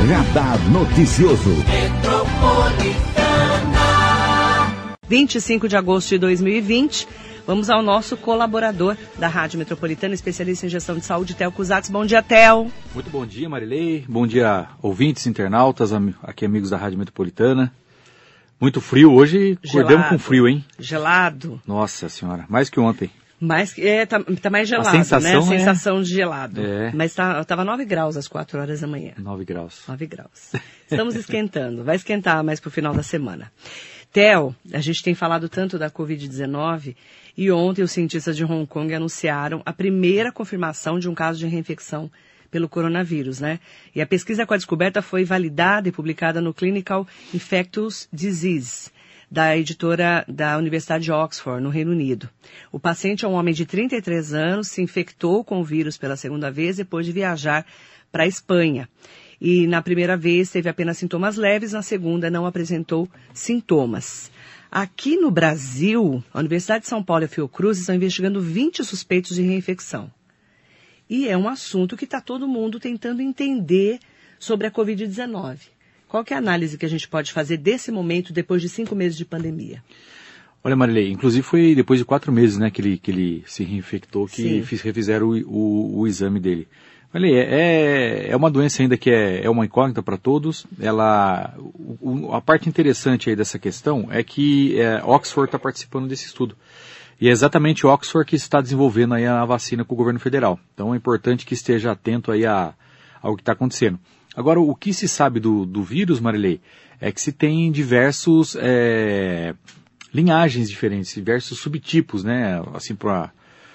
Radar Noticioso. 25 de agosto de 2020. Vamos ao nosso colaborador da Rádio Metropolitana, especialista em gestão de saúde, Theo Cusatz. Bom dia, Theo. Muito bom dia, Marilei. Bom dia, ouvintes, internautas, aqui amigos da Rádio Metropolitana. Muito frio hoje, acordamos com frio, hein? Gelado. Nossa senhora, mais que ontem. Tá mais gelado, a sensação, né? A sensação de gelado. É. Mas tava 9 graus às 4 horas da manhã. 9 graus. 9 graus. Estamos esquentando. Vai esquentar mais pro final da semana. Theo, a gente tem falado tanto da Covid-19 e ontem os cientistas de Hong Kong anunciaram a primeira confirmação de um caso de reinfecção pelo coronavírus, né? E a pesquisa com a descoberta foi validada e publicada no Clinical Infectious Disease, da editora da Universidade de Oxford, no Reino Unido. O paciente é um homem de 33 anos, se infectou com o vírus pela segunda vez depois de viajar para a Espanha. E na primeira vez teve apenas sintomas leves, na segunda não apresentou sintomas. Aqui no Brasil, a Universidade de São Paulo e a Fiocruz estão investigando 20 suspeitos de reinfecção. E é um assunto que está todo mundo tentando entender sobre a Covid-19. Qual que é a análise que a gente pode fazer desse momento, depois de 5 meses de pandemia? Olha, Marilei, inclusive foi depois de 4 meses, né, que ele se reinfectou, que refizeram o exame dele. Marilei, é uma doença ainda que é uma incógnita para todos. A parte interessante aí dessa questão é que Oxford está participando desse estudo. E é exatamente Oxford que está desenvolvendo aí a vacina com o governo federal. Então é importante que esteja atento aí ao que está acontecendo. Agora, o que se sabe do vírus, Marilei, é que se tem diversos linhagens diferentes, diversos subtipos, né, assim para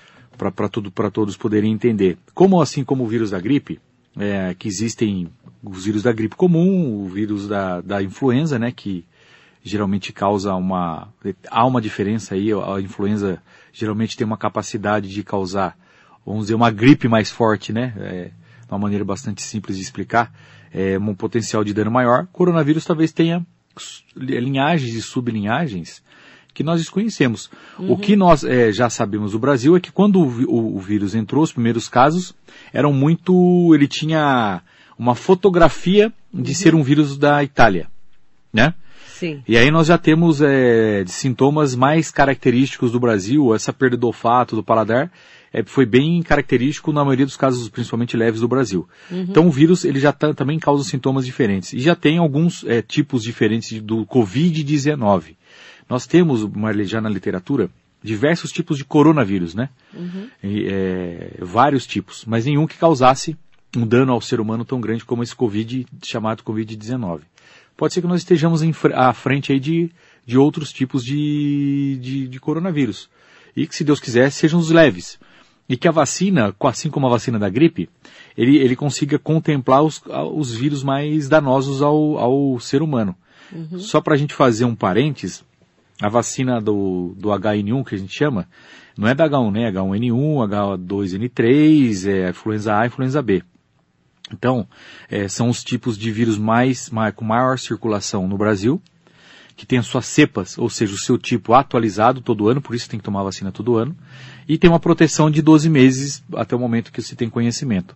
todos poderem entender. Assim como o vírus da gripe, que existem os vírus da gripe comum, o vírus da influenza, né, que geralmente causa há uma diferença aí. A influenza geralmente tem uma capacidade de causar, vamos dizer, uma gripe mais forte, né, uma maneira bastante simples de explicar, um potencial de dano maior. Coronavírus talvez tenha linhagens e sublinhagens que nós desconhecemos. Uhum. O que nós já sabemos do Brasil é que quando o vírus entrou, os primeiros casos ele tinha uma fotografia de ser um vírus da Itália, né? Sim. E aí nós já temos de sintomas mais característicos do Brasil. Essa perda do olfato, do paladar, foi bem característico na maioria dos casos, principalmente leves, do Brasil. Uhum. Então o vírus ele já também causa sintomas diferentes. E já tem alguns tipos diferentes do Covid-19. Nós temos, Marley, já na literatura, diversos tipos de coronavírus, né? Uhum. Vários tipos, mas nenhum que causasse um dano ao ser humano tão grande como esse chamado Covid-19. Pode ser que nós estejamos à frente aí de outros tipos de coronavírus. E que, se Deus quiser, sejam os leves. E que a vacina, assim como a vacina da gripe, ele consiga contemplar os vírus mais danosos ao ser humano. Uhum. Só para a gente fazer um parênteses, a vacina do H1N1, que a gente chama, não é da H1, né? H1N1, H2N3, influenza A e influenza B. Então, são os tipos de vírus com maior circulação no Brasil, que tem as suas cepas, ou seja, o seu tipo atualizado todo ano, por isso tem que tomar vacina todo ano, e tem uma proteção de 12 meses até o momento que se tem conhecimento.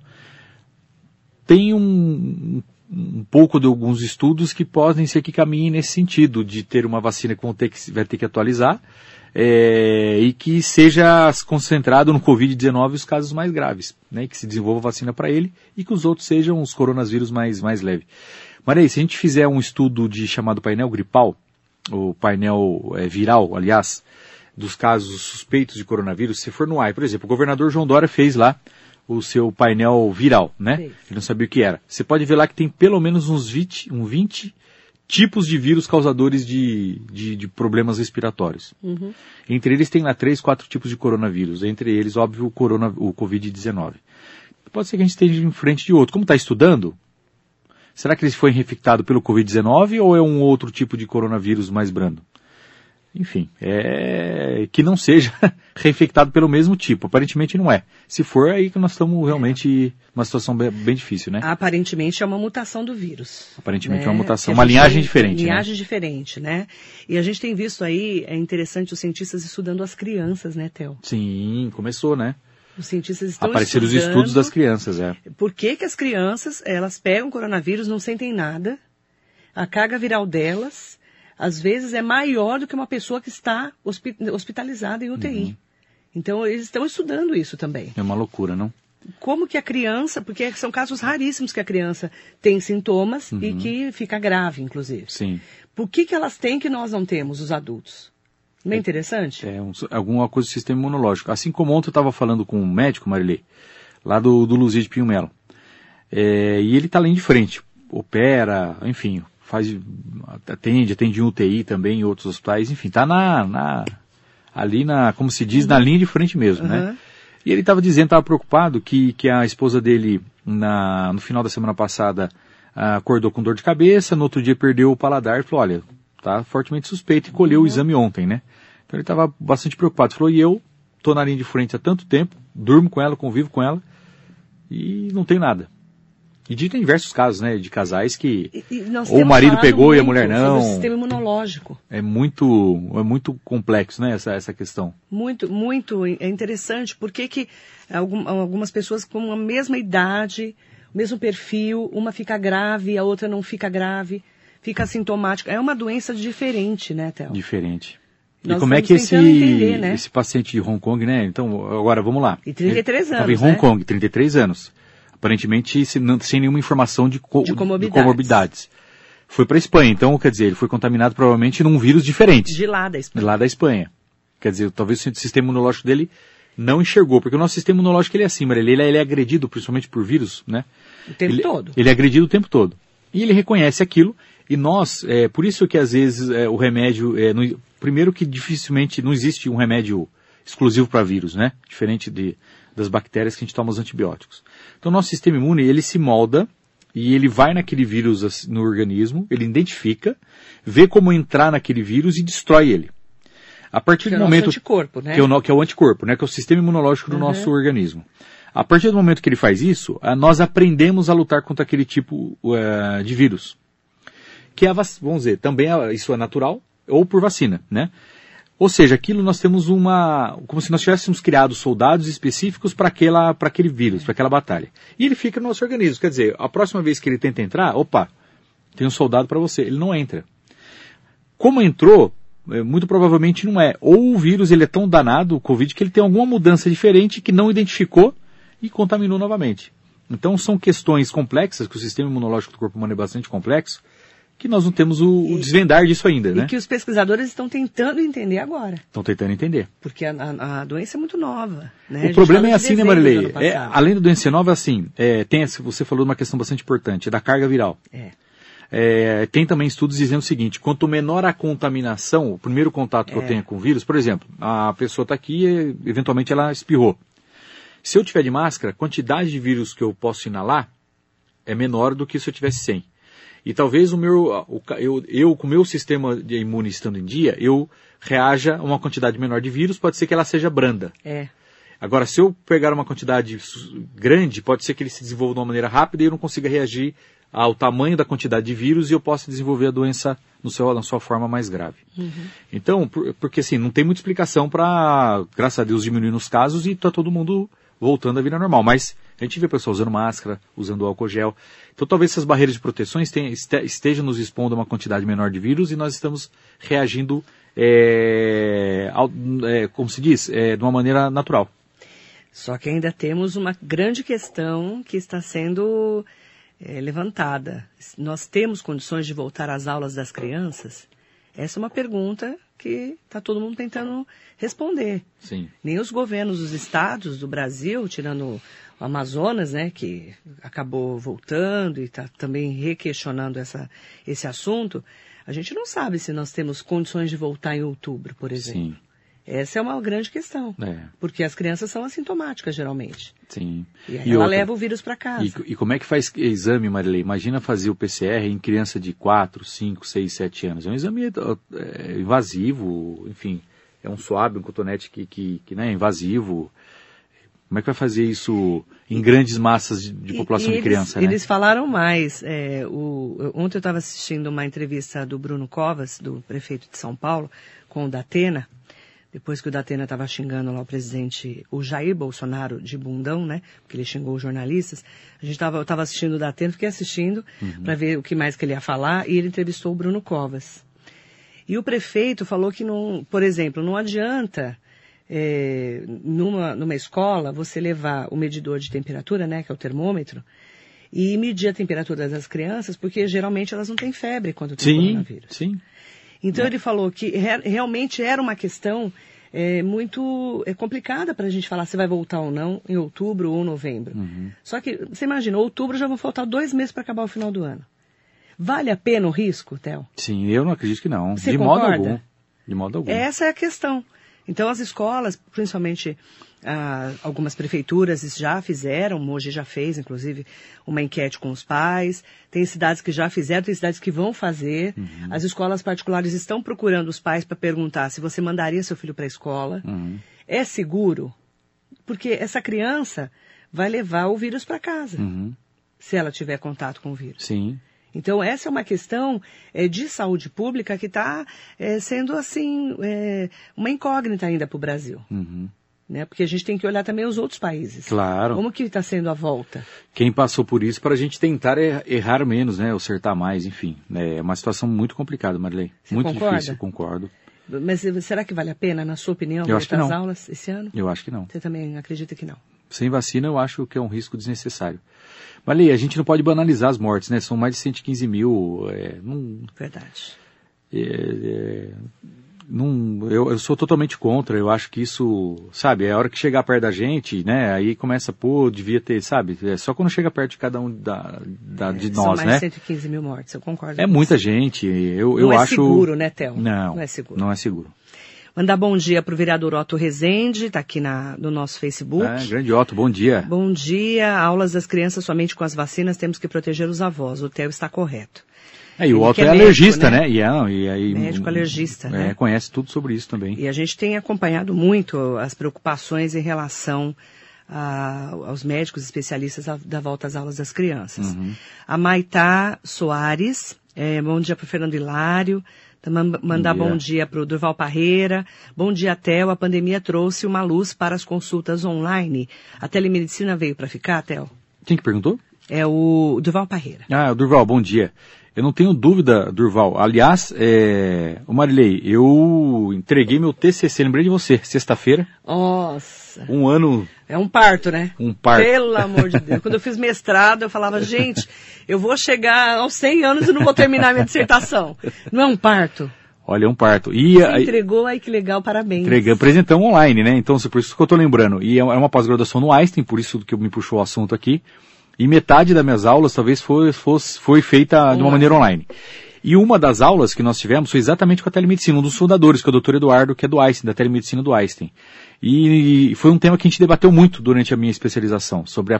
Tem um pouco de alguns estudos que podem ser que caminhem nesse sentido, de ter uma vacina que vai ter que atualizar, e que seja concentrado no Covid-19 os casos mais graves, né, que se desenvolva vacina para ele e que os outros sejam os coronavírus mais leves. Mas aí, se a gente fizer um estudo chamado painel gripal, o painel viral, aliás, dos casos suspeitos de coronavírus, se for no AI, por exemplo, o governador João Dória fez lá o seu painel viral, né? Sim. Ele não sabia o que era. Você pode ver lá que tem pelo menos uns 20 tipos de vírus causadores de problemas respiratórios. Uhum. Entre eles tem lá 3, 4 tipos de coronavírus. Entre eles, óbvio, o Covid-19. Pode ser que a gente esteja em frente de outro. Como está estudando, será que ele foi infectado pelo Covid-19 ou é um outro tipo de coronavírus mais brando? Enfim, que não seja reinfectado pelo mesmo tipo. Aparentemente não é. Se for, aí que nós estamos realmente numa situação bem difícil, né? Aparentemente é uma mutação do vírus. Aparentemente é uma mutação, uma linhagem diferente. Linhagem diferente, né? E a gente tem visto aí, é interessante os cientistas estudando as crianças, né, Theo? Sim, começou, né? Os cientistas estão Apareceram os estudos das crianças, Por que as crianças, elas pegam coronavírus, não sentem nada, a carga viral delas, às vezes, é maior do que uma pessoa que está hospitalizada em UTI. Então, eles estão estudando isso também. É uma loucura, não? Como que a criança, porque são casos raríssimos que a criança tem sintomas e que fica grave, inclusive. Sim. Por que elas têm que nós não temos, os adultos? Não é interessante? Alguma coisa do sistema imunológico. Assim como ontem eu estava falando com um médico, Marilei, lá do Luzia de Pinho Melo. E ele está ali de frente, opera, enfim, atende em UTI também, em outros hospitais, enfim, está ali como se diz, na linha de frente mesmo, né? E ele estava dizendo, estava preocupado que a esposa dele, no final da semana passada, acordou com dor de cabeça, no outro dia perdeu o paladar e falou, olha, tá fortemente suspeito, e colheu o exame ontem, né? Então ele estava bastante preocupado. Falou, e eu estou na linha de frente há tanto tempo, durmo com ela, convivo com ela, e não tem nada. E tem diversos casos, né, de casais que ou o marido pegou e a mulher não. Sobre o sistema imunológico. É muito complexo, né, essa questão. Muito, muito. É interessante. Por que algumas pessoas com a mesma idade, o mesmo perfil, uma fica grave, a outra não fica grave, fica assintomática. É uma doença diferente, né, Théo? Diferente. Nós e como é que entender, né? esse paciente de Hong Kong, né, então, agora vamos lá. E 33 anos, estava em Hong Kong, 33 anos. Aparentemente sem nenhuma informação de comorbidades. Foi para a Espanha, então, quer dizer, ele foi contaminado provavelmente num vírus diferente. De lá da Espanha. De lá da Espanha. Quer dizer, talvez o sistema imunológico dele não enxergou, porque o nosso sistema imunológico ele é assim, ele é agredido principalmente por vírus, né? O tempo todo. Ele é agredido o tempo todo. E ele reconhece aquilo, e nós, por isso que às vezes o remédio, primeiro que dificilmente não existe um remédio exclusivo para vírus, né? Diferente das bactérias que a gente toma os antibióticos. Então, o nosso sistema imune, ele se molda e ele vai naquele vírus no organismo, ele identifica, vê como entrar naquele vírus e destrói ele. A partir do momento... Que é o anticorpo, né? Que é o anticorpo, né? Que é o sistema imunológico do nosso organismo. A partir do momento que ele faz isso, nós aprendemos a lutar contra aquele tipo de vírus. Que é vamos dizer, também isso é natural ou por vacina, né? Ou seja, aquilo nós temos como se nós tivéssemos criado soldados específicos para aquele vírus, para aquela batalha. E ele fica no nosso organismo. Quer dizer, a próxima vez que ele tenta entrar, tem um soldado para você. Ele não entra. Como entrou, muito provavelmente não é. Ou o vírus ele é tão danado, o Covid, que ele tem alguma mudança diferente que não identificou e contaminou novamente. Então são questões complexas, que o sistema imunológico do corpo humano é bastante complexo, que nós não temos o desvendar disso ainda, né? E que os pesquisadores estão tentando entender agora. Estão tentando entender. Porque a doença é muito nova, né? O problema é assim, né, Marilei? Além da doença nova, assim, você falou de uma questão bastante importante, da carga viral. Tem também estudos dizendo o seguinte, quanto menor a contaminação, o primeiro contato que eu tenho com o vírus, por exemplo, a pessoa está aqui e eventualmente ela espirrou. Se eu tiver de máscara, a quantidade de vírus que eu posso inalar é menor do que se eu tivesse sem. E talvez eu com o meu sistema imune estando em dia, eu reaja a uma quantidade menor de vírus, pode ser que ela seja branda. Agora, se eu pegar uma quantidade grande, pode ser que ele se desenvolva de uma maneira rápida e eu não consiga reagir ao tamanho da quantidade de vírus e eu possa desenvolver a doença na sua forma mais grave. Então, porque assim, não tem muita explicação para, graças a Deus, diminuir os casos e está todo mundo voltando à vida normal. Mas a gente vê o pessoal usando máscara, usando álcool gel. Então talvez essas barreiras de proteção estejam nos expondo a uma quantidade menor de vírus e nós estamos reagindo, como se diz, de uma maneira natural. Só que ainda temos uma grande questão que está sendo levantada. Nós temos condições de voltar às aulas das crianças? Essa é uma pergunta que está todo mundo tentando responder. Sim. Nem os governos dos estados do Brasil, tirando o Amazonas, né, que acabou voltando e está também requestionando esse assunto, a gente não sabe se nós temos condições de voltar em outubro, por exemplo. Sim. Essa é uma grande questão, porque as crianças são assintomáticas, geralmente. Sim. E aí ela leva o vírus para casa. E como é que faz exame, Marilei? Imagina fazer o PCR em criança de 4, 5, 6, 7 anos. É um exame invasivo, enfim, é um swab, um cotonete que é invasivo. Como é que vai fazer isso em grandes massas de população de criança, né? Eles falaram mais. Ontem eu estava assistindo uma entrevista do Bruno Covas, do prefeito de São Paulo, com o Datena, depois que o Datena estava xingando lá o Jair Bolsonaro de bundão, né? Porque ele xingou os jornalistas. Eu estava assistindo o Datena, fiquei assistindo para ver o que mais que ele ia falar, e ele entrevistou o Bruno Covas. E o prefeito falou que, por exemplo, não adianta numa escola você levar o medidor de temperatura, né, que é o termômetro, e medir a temperatura das crianças, porque geralmente elas não têm febre quando tem coronavírus. Sim. Então ele falou que realmente era uma questão muito complicada para a gente falar se vai voltar ou não em outubro ou novembro. Só que, você imagina, outubro já vão faltar 2 meses para acabar o final do ano. Vale a pena o risco, Theo? Sim, eu não acredito que não. Você de concorda? modo algum. De modo algum. Essa é a questão. Então as escolas, principalmente algumas prefeituras já fizeram, Mogi já fez, inclusive, uma enquete com os pais. Tem cidades que já fizeram, tem cidades que vão fazer. As escolas particulares estão procurando os pais para perguntar se você mandaria seu filho para a escola. É seguro? Porque essa criança vai levar o vírus para casa, se ela tiver contato com o vírus. Sim. Então, essa é uma questão de saúde pública que está sendo, assim, uma incógnita ainda para o Brasil. Né? Porque a gente tem que olhar também os outros países. Claro. Como que está sendo a volta? Quem passou por isso para a gente tentar errar menos, né? Acertar mais, enfim. É uma situação muito complicada, Marilei. Você muito concorda? difícil, concordo. Mas será que vale a pena, na sua opinião, Eu acho que voltar às não. aulas esse ano? Eu acho que não. Você também acredita que não? Sem vacina, eu acho que é um risco desnecessário. Marilei, a gente não pode banalizar as mortes, né? São mais de 115 mil. Verdade. Eu sou totalmente contra. Eu acho que isso, sabe, é a hora que chegar perto da gente, né? Aí começa, devia ter, sabe? É só quando chega perto de cada um de nós, são mais né? de 115 mil mortes, eu concordo. É com muita você. gente. Eu Não acho. é seguro, né, Theo? Não é seguro. Não é seguro. Mandar bom dia para o vereador Otto Rezende, está aqui no nosso Facebook. Grande Otto, bom dia. Bom dia. Aulas das crianças somente com as vacinas, temos que proteger os avós. O Theo está correto. E o Otto é médico, alergista, né? E aí, médico alergista, né? Conhece tudo sobre isso também. E a gente tem acompanhado muito as preocupações em relação aos médicos especialistas da volta às aulas das crianças. A Maitá Soares, bom dia para o Fernando Hilário. Mandar bom dia para o Durval Parreira. Bom dia, Theo. A pandemia trouxe uma luz para as consultas online. A telemedicina veio para ficar, Theo? Quem que perguntou? É o Durval Parreira. O Durval, bom dia. Eu não tenho dúvida, Durval. Aliás, o Marilei, eu entreguei meu TCC, lembrei de você, sexta-feira. Nossa. Um ano... É um parto, né? Um parto. Pelo amor de Deus. Quando eu fiz mestrado, eu falava, gente, eu vou chegar aos 100 anos e não vou terminar minha dissertação. Não é um parto? Olha, é um parto. Você entregou, aí que legal, parabéns. Entregamos, apresentamos online, né? Então, por isso que eu estou lembrando. E é uma pós-graduação no Einstein, por isso que me puxou o assunto aqui. E metade das minhas aulas talvez foi feita de uma maneira online. E uma das aulas que nós tivemos foi exatamente com a telemedicina, um dos fundadores, que é o Dr. Eduardo, que é do Einstein, da telemedicina do Einstein. E foi um tema que a gente debateu muito durante a minha especialização, sobre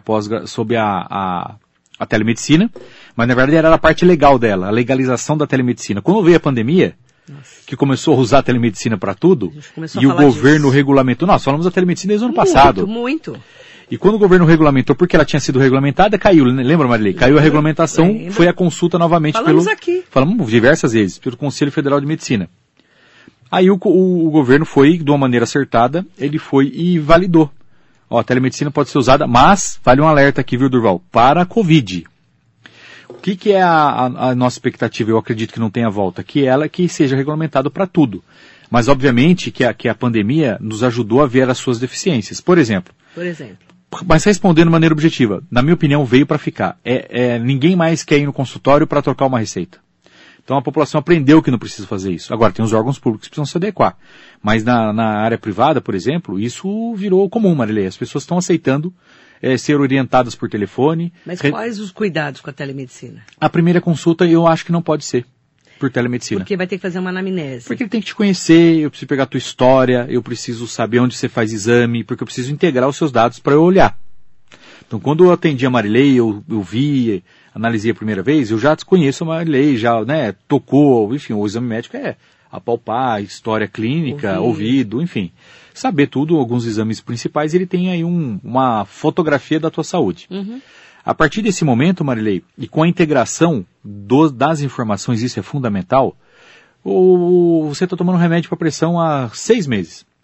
a telemedicina, mas na verdade era a parte legal dela, a legalização da telemedicina. Quando veio a pandemia, que começou a usar a telemedicina para tudo, e o governo regulamentou, nós falamos da telemedicina desde o ano passado. Muito. E quando o governo regulamentou, porque ela tinha sido regulamentada, caiu, lembra, Marilei? Caiu a regulamentação, foi a consulta novamente falamos diversas vezes, pelo Conselho Federal de Medicina. Aí o governo foi, de uma maneira acertada, ele foi e validou. A telemedicina pode ser usada, mas, vale um alerta aqui, viu, Durval, para a Covid. O que é a nossa expectativa? Eu acredito que não tenha volta, que seja regulamentado para tudo. Mas, obviamente, que a pandemia nos ajudou a ver as suas deficiências. Por exemplo. Mas respondendo de maneira objetiva, na minha opinião, veio para ficar. Ninguém mais quer ir no consultório para trocar uma receita. Então a população aprendeu que não precisa fazer isso. Agora, tem os órgãos públicos que precisam se adequar. Mas na área privada, por exemplo, isso virou comum, Marilei. As pessoas estão aceitando ser orientadas por telefone. Mas quais os cuidados com a telemedicina? A primeira consulta eu acho que não pode ser por telemedicina. Porque vai ter que fazer uma anamnese. Porque ele tem que te conhecer, eu preciso pegar a tua história, eu preciso saber onde você faz exame, porque eu preciso integrar os seus dados para eu olhar. Então, quando eu atendi a Marilei, eu vi, analisei a primeira vez, eu já desconheço a Marilei, já, né, tocou, enfim, o exame médico é apalpar, história clínica, ouvido, enfim. Saber tudo, alguns exames principais, ele tem aí uma fotografia da tua saúde. A partir desse momento, Marilei, e com a integração das informações, isso é fundamental, você está tomando remédio para pressão há 6 meses.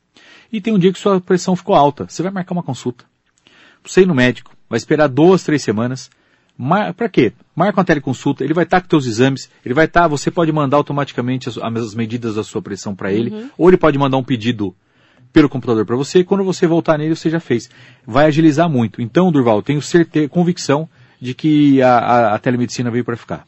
e tem um dia que sua pressão ficou alta. Você vai marcar uma consulta. Você ir no médico, vai esperar 2, 3 semanas. Para quê? Marca uma teleconsulta, ele vai estar com seus exames, você pode mandar automaticamente as medidas da sua pressão para ele, ou ele pode mandar um pedido pelo computador para você, e quando você voltar nele, você já fez. Vai agilizar muito. Então, Durval, tenho convicção de que a telemedicina veio para ficar.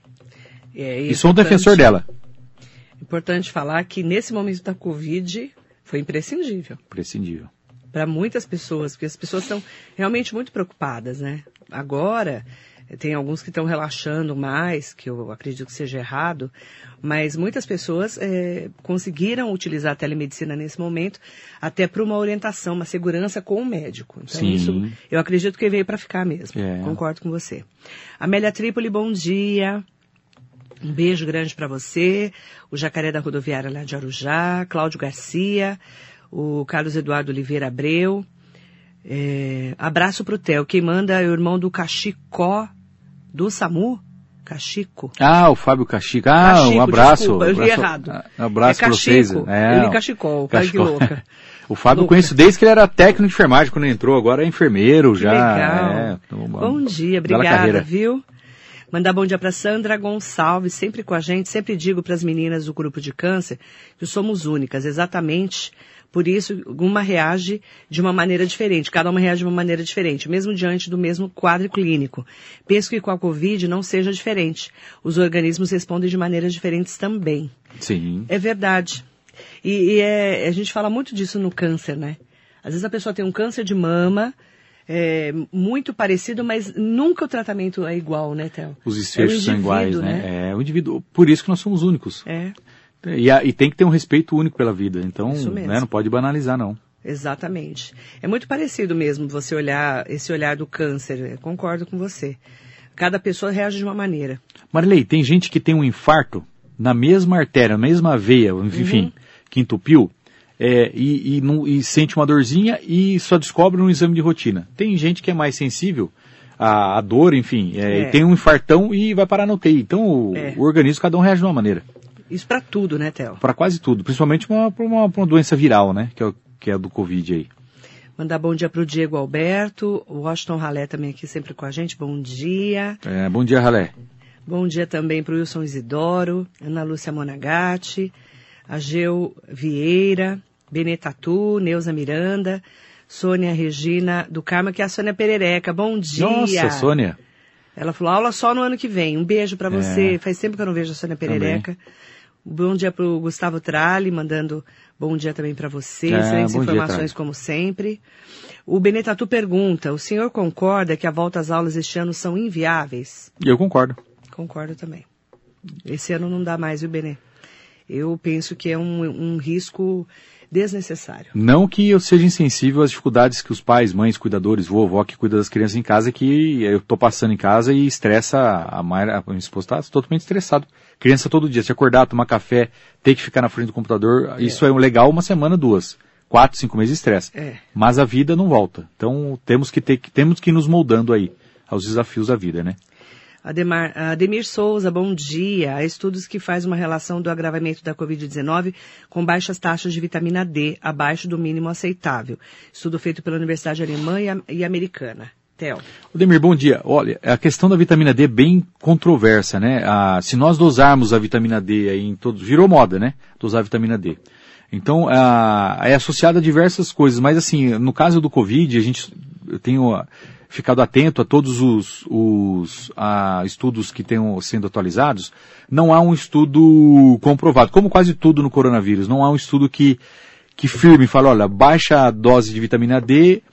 E sou um defensor dela. Importante falar que nesse momento da Covid foi imprescindível. Prescindível. Para muitas pessoas, porque as pessoas estão realmente muito preocupadas, né? Agora, tem alguns que estão relaxando mais, que eu acredito que seja errado, mas muitas pessoas conseguiram utilizar a telemedicina nesse momento até para uma orientação, uma segurança com o médico. Então, Sim. isso eu acredito que veio para ficar mesmo. Concordo com você. Amélia Trípoli, bom dia. Um beijo grande para você. O Jacaré da Rodoviária lá de Arujá, Cláudio Garcia, o Carlos Eduardo Oliveira Abreu. Abraço pro Theo. Quem manda é o irmão do Cachicó do SAMU. Cachico. O Fábio Cachico. Um abraço. Desculpa, eu li errado. Um abraço para vocês. Eu li Cachicó, que louca. O Fábio eu conheço desde que ele era técnico de enfermagem, quando ele entrou, agora é enfermeiro já. Legal. Bom dia, obrigada, viu? Mandar bom dia para Sandra Gonçalves, sempre com a gente. Sempre digo para as meninas do grupo de câncer que somos únicas, exatamente. Por isso, uma reage de uma maneira diferente, cada uma reage de uma maneira diferente, mesmo diante do mesmo quadro clínico. Penso que com a Covid não seja diferente. Os organismos respondem de maneiras diferentes também. Sim. É verdade. A gente fala muito disso no câncer, né? Às vezes a pessoa tem um câncer de mama, muito parecido, mas nunca o tratamento é igual, né, Theo? Os desfechos são iguais, né? É o indivíduo. Por isso que nós somos únicos. E tem que ter um respeito único pela vida. Então, não pode banalizar, não. Exatamente. É muito parecido mesmo você olhar, esse olhar do câncer. Concordo com você. Cada pessoa reage de uma maneira. Marilei, tem gente que tem um infarto na mesma artéria, na mesma veia, enfim, que entupiu, e sente uma dorzinha e só descobre um exame de rotina. Tem gente que é mais sensível à dor, enfim, e tem um infartão e vai parar na UTI. Então, o organismo, cada um reage de uma maneira. Isso para tudo, né, Theo? Para quase tudo, principalmente para uma doença viral, né, que é a do Covid aí. Mandar bom dia para o Diego Alberto, o Washington Ralé também aqui sempre com a gente, bom dia. Bom dia, Ralé. Bom dia também para o Wilson Isidoro, Ana Lúcia Monagatti, Ageu Vieira, Benetatu, Neuza Miranda, Sônia Regina do Carmo, que é a Sônia Perereca. Bom dia. Nossa, Sônia. Ela falou, aula só no ano que vem. Um beijo para você. Faz tempo que eu não vejo a Sônia Perereca. Também. Bom dia para o Gustavo Tralli, mandando bom dia também para você. Excelentes informações, como sempre. O Benetatu pergunta, o senhor concorda que a volta às aulas este ano são inviáveis? Eu concordo. Concordo também. Esse ano não dá mais, viu, Benê? Eu penso que é um risco desnecessário. Não que eu seja insensível às dificuldades que os pais, mães, cuidadores, vovó que cuida das crianças em casa, que eu estou passando em casa e estressa a minha esposa está totalmente estressado. Criança todo dia, se acordar, tomar café, ter que ficar na frente do computador, isso é legal uma semana, 2, 4, 5 meses de estresse. Mas a vida não volta. Então temos que ir nos moldando aí aos desafios da vida, né? Ademir Souza, bom dia. Há estudos que fazem uma relação do agravamento da Covid-19 com baixas taxas de vitamina D, abaixo do mínimo aceitável. Estudo feito pela Universidade Alemã e Americana. Theo. Ademir, bom dia. Olha, a questão da vitamina D é bem controversa, né? Se nós dosarmos a vitamina D aí em todos, virou moda, né? Dosar a vitamina D. Então, é associada a diversas coisas, mas assim, no caso do Covid, eu tenho ficado atento a todos os estudos que tenham sendo atualizados. Não há um estudo comprovado, como quase tudo no coronavírus, não há um estudo que firme, fala, olha, baixa a dose de vitamina D,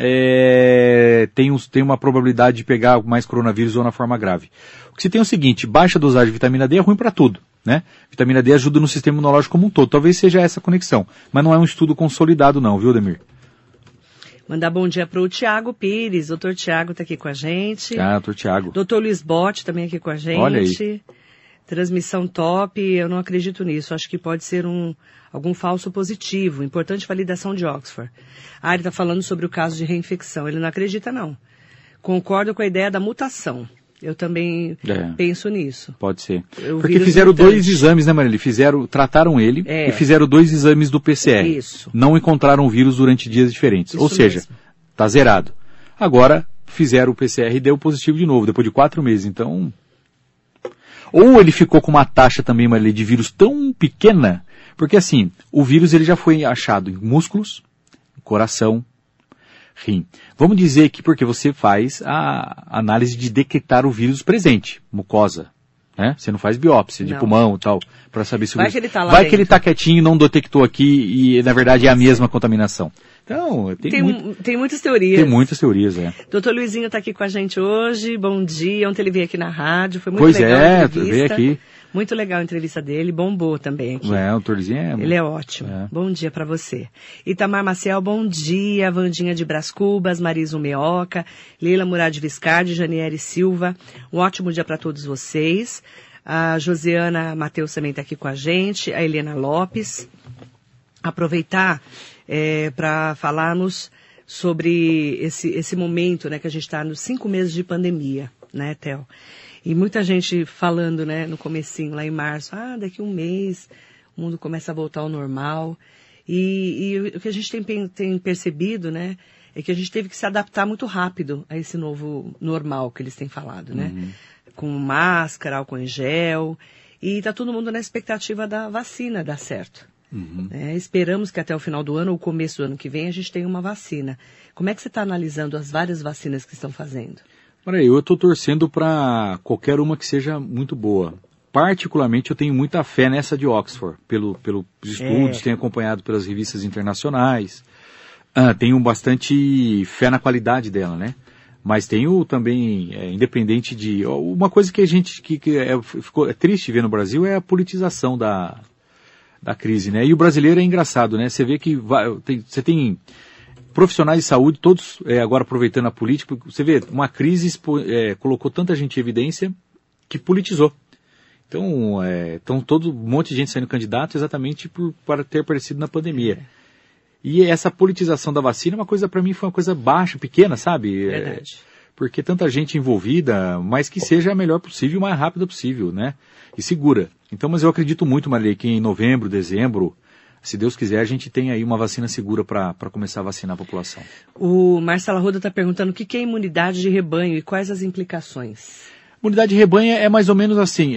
tem uma probabilidade de pegar mais coronavírus ou na forma grave. O que se tem é o seguinte, baixa dosagem de vitamina D é ruim para tudo, né? Vitamina D ajuda no sistema imunológico como um todo, talvez seja essa a conexão, mas não é um estudo consolidado não, viu, Ademir? Mandar bom dia para o Tiago Pires, doutor Tiago está aqui com a gente. Doutor Tiago. Doutor Luiz Botti também aqui com a gente. Olha aí. Transmissão top, eu não acredito nisso, acho que pode ser algum falso positivo, importante validação de Oxford. A Ari está falando sobre o caso de reinfecção, ele não acredita não. Concordo com a ideia da mutação. Eu também penso nisso. Pode ser. O Porque vírus fizeram mutante. 2 exames, né, Marília? Trataram ele e fizeram 2 exames do PCR. Isso. Não encontraram o vírus durante dias diferentes. Isso Ou seja, mesmo. tá zerado. Agora, fizeram o PCR e deu positivo de novo, depois de 4 meses. Então, ou ele ficou com uma taxa também, Marília, de vírus tão pequena, porque assim, o vírus ele já foi achado em músculos, coração, rim. Vamos dizer que porque você faz a análise de detectar o vírus presente, mucosa, né? Você não faz biópsia de pulmão e tal, para saber se o Vai vírus... que ele tá lá Vai dentro. que ele tá quietinho, não detectou aqui e na verdade é a mesma contaminação. Então, Tem muitas teorias. Tem muitas teorias, Doutor Luizinho está aqui com a gente hoje, bom dia. Ontem ele veio aqui na rádio, foi muito Pois legal a é, entrevista. veio aqui. Muito legal a entrevista dele, bombou também aqui. O doutorzinho é... Ele é ótimo. Bom dia para você. Itamar Maciel, bom dia. Vandinha de Brás Cubas, Marisa Meoca, Leila Murad Viscardi, Janiere Silva. Um ótimo dia para todos vocês. A Josiana Matheus também está aqui com a gente. A Helena Lopes. Aproveitar para falarmos sobre esse momento, né, que a gente está nos 5 meses de pandemia, né, Theo? E muita gente falando, né, no comecinho, lá em março, daqui 1 mês o mundo começa a voltar ao normal. E o que a gente tem percebido, né, é que a gente teve que se adaptar muito rápido a esse novo normal que eles têm falado, né? Com máscara, álcool em gel, e está todo mundo na expectativa da vacina dar certo. Esperamos que até o final do ano ou começo do ano que vem a gente tenha uma vacina. Como é que você está analisando as várias vacinas que estão fazendo? Olha, eu estou torcendo para qualquer uma que seja muito boa. Particularmente eu tenho muita fé nessa de Oxford, pelos estudos, tenho acompanhado pelas revistas internacionais, tenho bastante fé na qualidade dela, né? Mas tenho também, independente de... Uma coisa que a gente ficou triste ver no Brasil é a politização da crise, né? E o brasileiro é engraçado, né? Você vê que você tem profissionais de saúde, todos agora aproveitando a política, você vê, uma crise colocou tanta gente em evidência que politizou. Então, todo um monte de gente saindo candidato exatamente para ter aparecido na pandemia. E essa politização da vacina, uma coisa para mim foi uma coisa baixa, pequena, sabe? Verdade. Porque tanta gente envolvida, mas que seja a melhor possível, o mais rápida possível, né? E segura. Então, mas eu acredito muito, Maria, que em novembro, dezembro, se Deus quiser, a gente tem aí uma vacina segura para começar a vacinar a população. O Marcelo Arruda está perguntando o que é imunidade de rebanho e quais as implicações. Imunidade de rebanho é mais ou menos assim,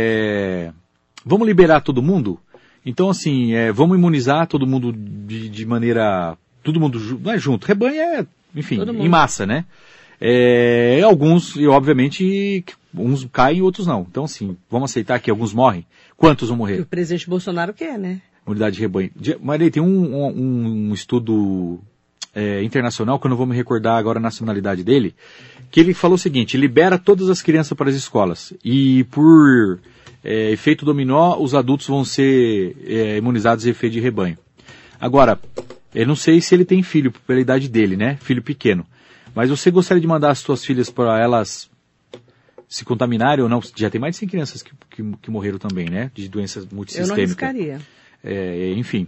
vamos liberar todo mundo? Então, assim, vamos imunizar todo mundo de maneira... Todo mundo não é junto. Rebanho enfim, em massa, né? Alguns, e obviamente, uns caem e outros não. Então, assim, vamos aceitar que alguns morrem. Quantos vão morrer? O presidente Bolsonaro quer, né? Imunidade de rebanho. Maria, tem um estudo internacional, que eu não vou me recordar agora a nacionalidade dele, que ele falou o seguinte: libera todas as crianças para as escolas. E por efeito dominó, os adultos vão ser imunizados em efeito de rebanho. Agora, eu não sei se ele tem filho, pela idade dele, né? Filho pequeno. Mas você gostaria de mandar as suas filhas para elas se contaminarem ou não? Já tem mais de 100 crianças que morreram também, né? De doenças multissistêmicas. Eu não arriscaria. Enfim.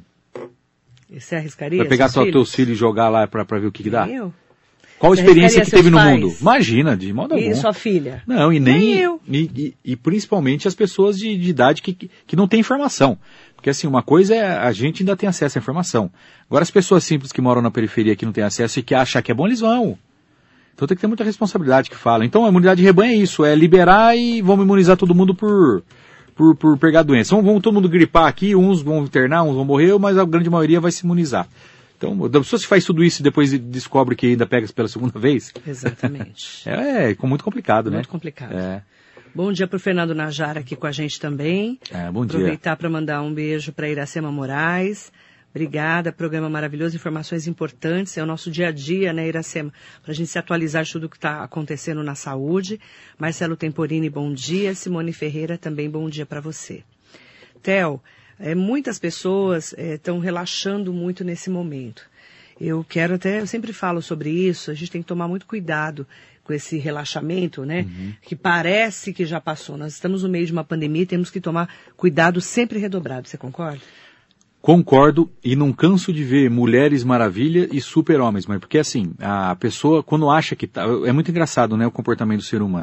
Você arriscaria? Vai pegar teus filhos e jogar lá para ver o que dá? Eu? Qual a experiência que teve no pais? mundo? Imagina, de modo algum. E sua filha? Não, e nem eu. E principalmente as pessoas de idade que não têm informação. Porque assim, uma coisa é a gente ainda tem acesso à informação. Agora as pessoas simples que moram na periferia que não têm acesso e que acham que é bom, eles vão. Então tem que ter muita responsabilidade que fala. Então a imunidade de rebanho é isso, é liberar e vamos imunizar todo mundo por pegar doença. Vamos todo mundo gripar aqui, uns vão internar, uns vão morrer, mas a grande maioria vai se imunizar. Então, a pessoa se faz tudo isso e depois descobre que ainda pega pela segunda vez. Exatamente. Muito complicado, né? Muito complicado. Bom dia para o Fernando Najara aqui com a gente também. Bom dia. Aproveitar para mandar um beijo para Iracema Moraes. Obrigada, programa maravilhoso, informações importantes, é o nosso dia a dia, né, Iracema, para a gente se atualizar de tudo que está acontecendo na saúde. Marcelo Temporini, bom dia. Simone Ferreira, também bom dia para você. Theo, muitas pessoas estão relaxando muito nesse momento. Eu sempre falo sobre isso, a gente tem que tomar muito cuidado com esse relaxamento, né, que parece que já passou. Nós estamos no meio de uma pandemia e temos que tomar cuidado sempre redobrado, você concorda? Concordo, e não canso de ver Mulheres Maravilha e Super-Homens, mas porque assim, a pessoa quando acha que tá, é muito engraçado, né, o comportamento do ser humano.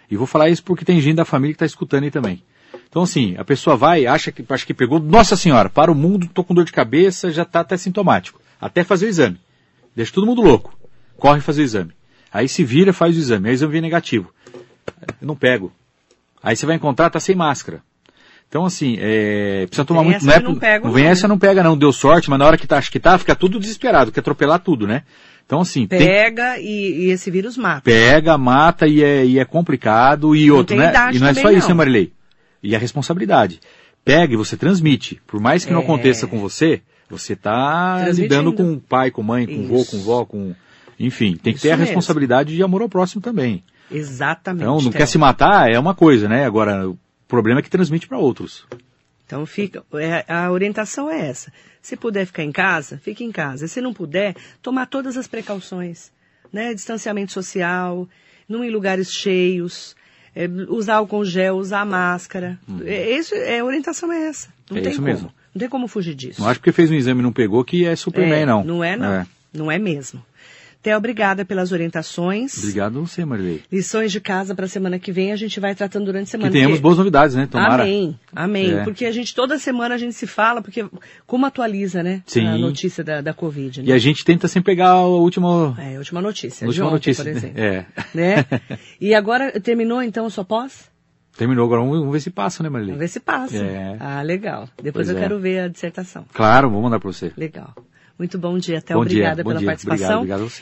E vou falar isso porque tem gente da família que está escutando aí também. Então, assim, a pessoa vai, acha que pegou, nossa senhora, para o mundo, tô com dor de cabeça, já está até sintomático. Até fazer o exame. Deixa todo mundo louco. Corre fazer o exame. Aí se vira, faz o exame. Aí o exame vem negativo. Eu não pego. Aí você vai encontrar, tá sem máscara. Então, assim, precisa tomar muito... Não vem essa, não pega não, deu sorte, mas na hora que acha que tá, fica tudo desesperado, quer atropelar tudo, né? Então, assim... Pega e esse vírus mata. Pega, mata e é complicado. E outro, né? E não é só isso, né, Marilei? E a responsabilidade. Pega e você transmite. Por mais que não aconteça com você tá lidando com pai, com mãe, com vô, com vó, com... Enfim, tem que ter a responsabilidade de amor ao próximo também. Exatamente. Então, não quer se matar, é uma coisa, né? Agora, o problema é que transmite para outros. Então, a orientação é essa. Se puder ficar em casa, fique em casa. Se não puder, tomar todas as precauções, né? Distanciamento social, não ir em lugares cheios, usar álcool gel, usar máscara. A orientação é essa. Não tem como. Mesmo. Não tem como fugir disso. Não acho que porque fez um exame e não pegou que é Superman, não. Não é, não. Não é mesmo. Theo, obrigada pelas orientações. Obrigado a você, Marilei. Lições de casa para a semana que vem, a gente vai tratando durante a semana. Que tenhamos boas novidades, né? Tomara. Amém. Porque toda semana a gente se fala, porque como atualiza, né? Sim. A notícia da Covid. Né? E a gente tenta sempre pegar a última... a última notícia. Última ontem, notícia, por exemplo. Né? E agora, terminou então a sua pós? Terminou, agora vamos ver se passa, né, Marilei? Vamos ver se passa. Legal. Depois eu quero ver a dissertação. Claro, vou mandar para você. Legal. Muito bom dia, Theo. Obrigada pela participação. Obrigado a você.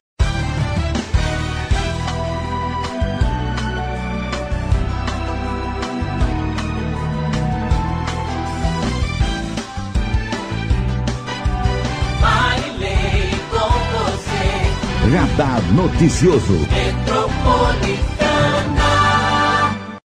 Radar Noticioso.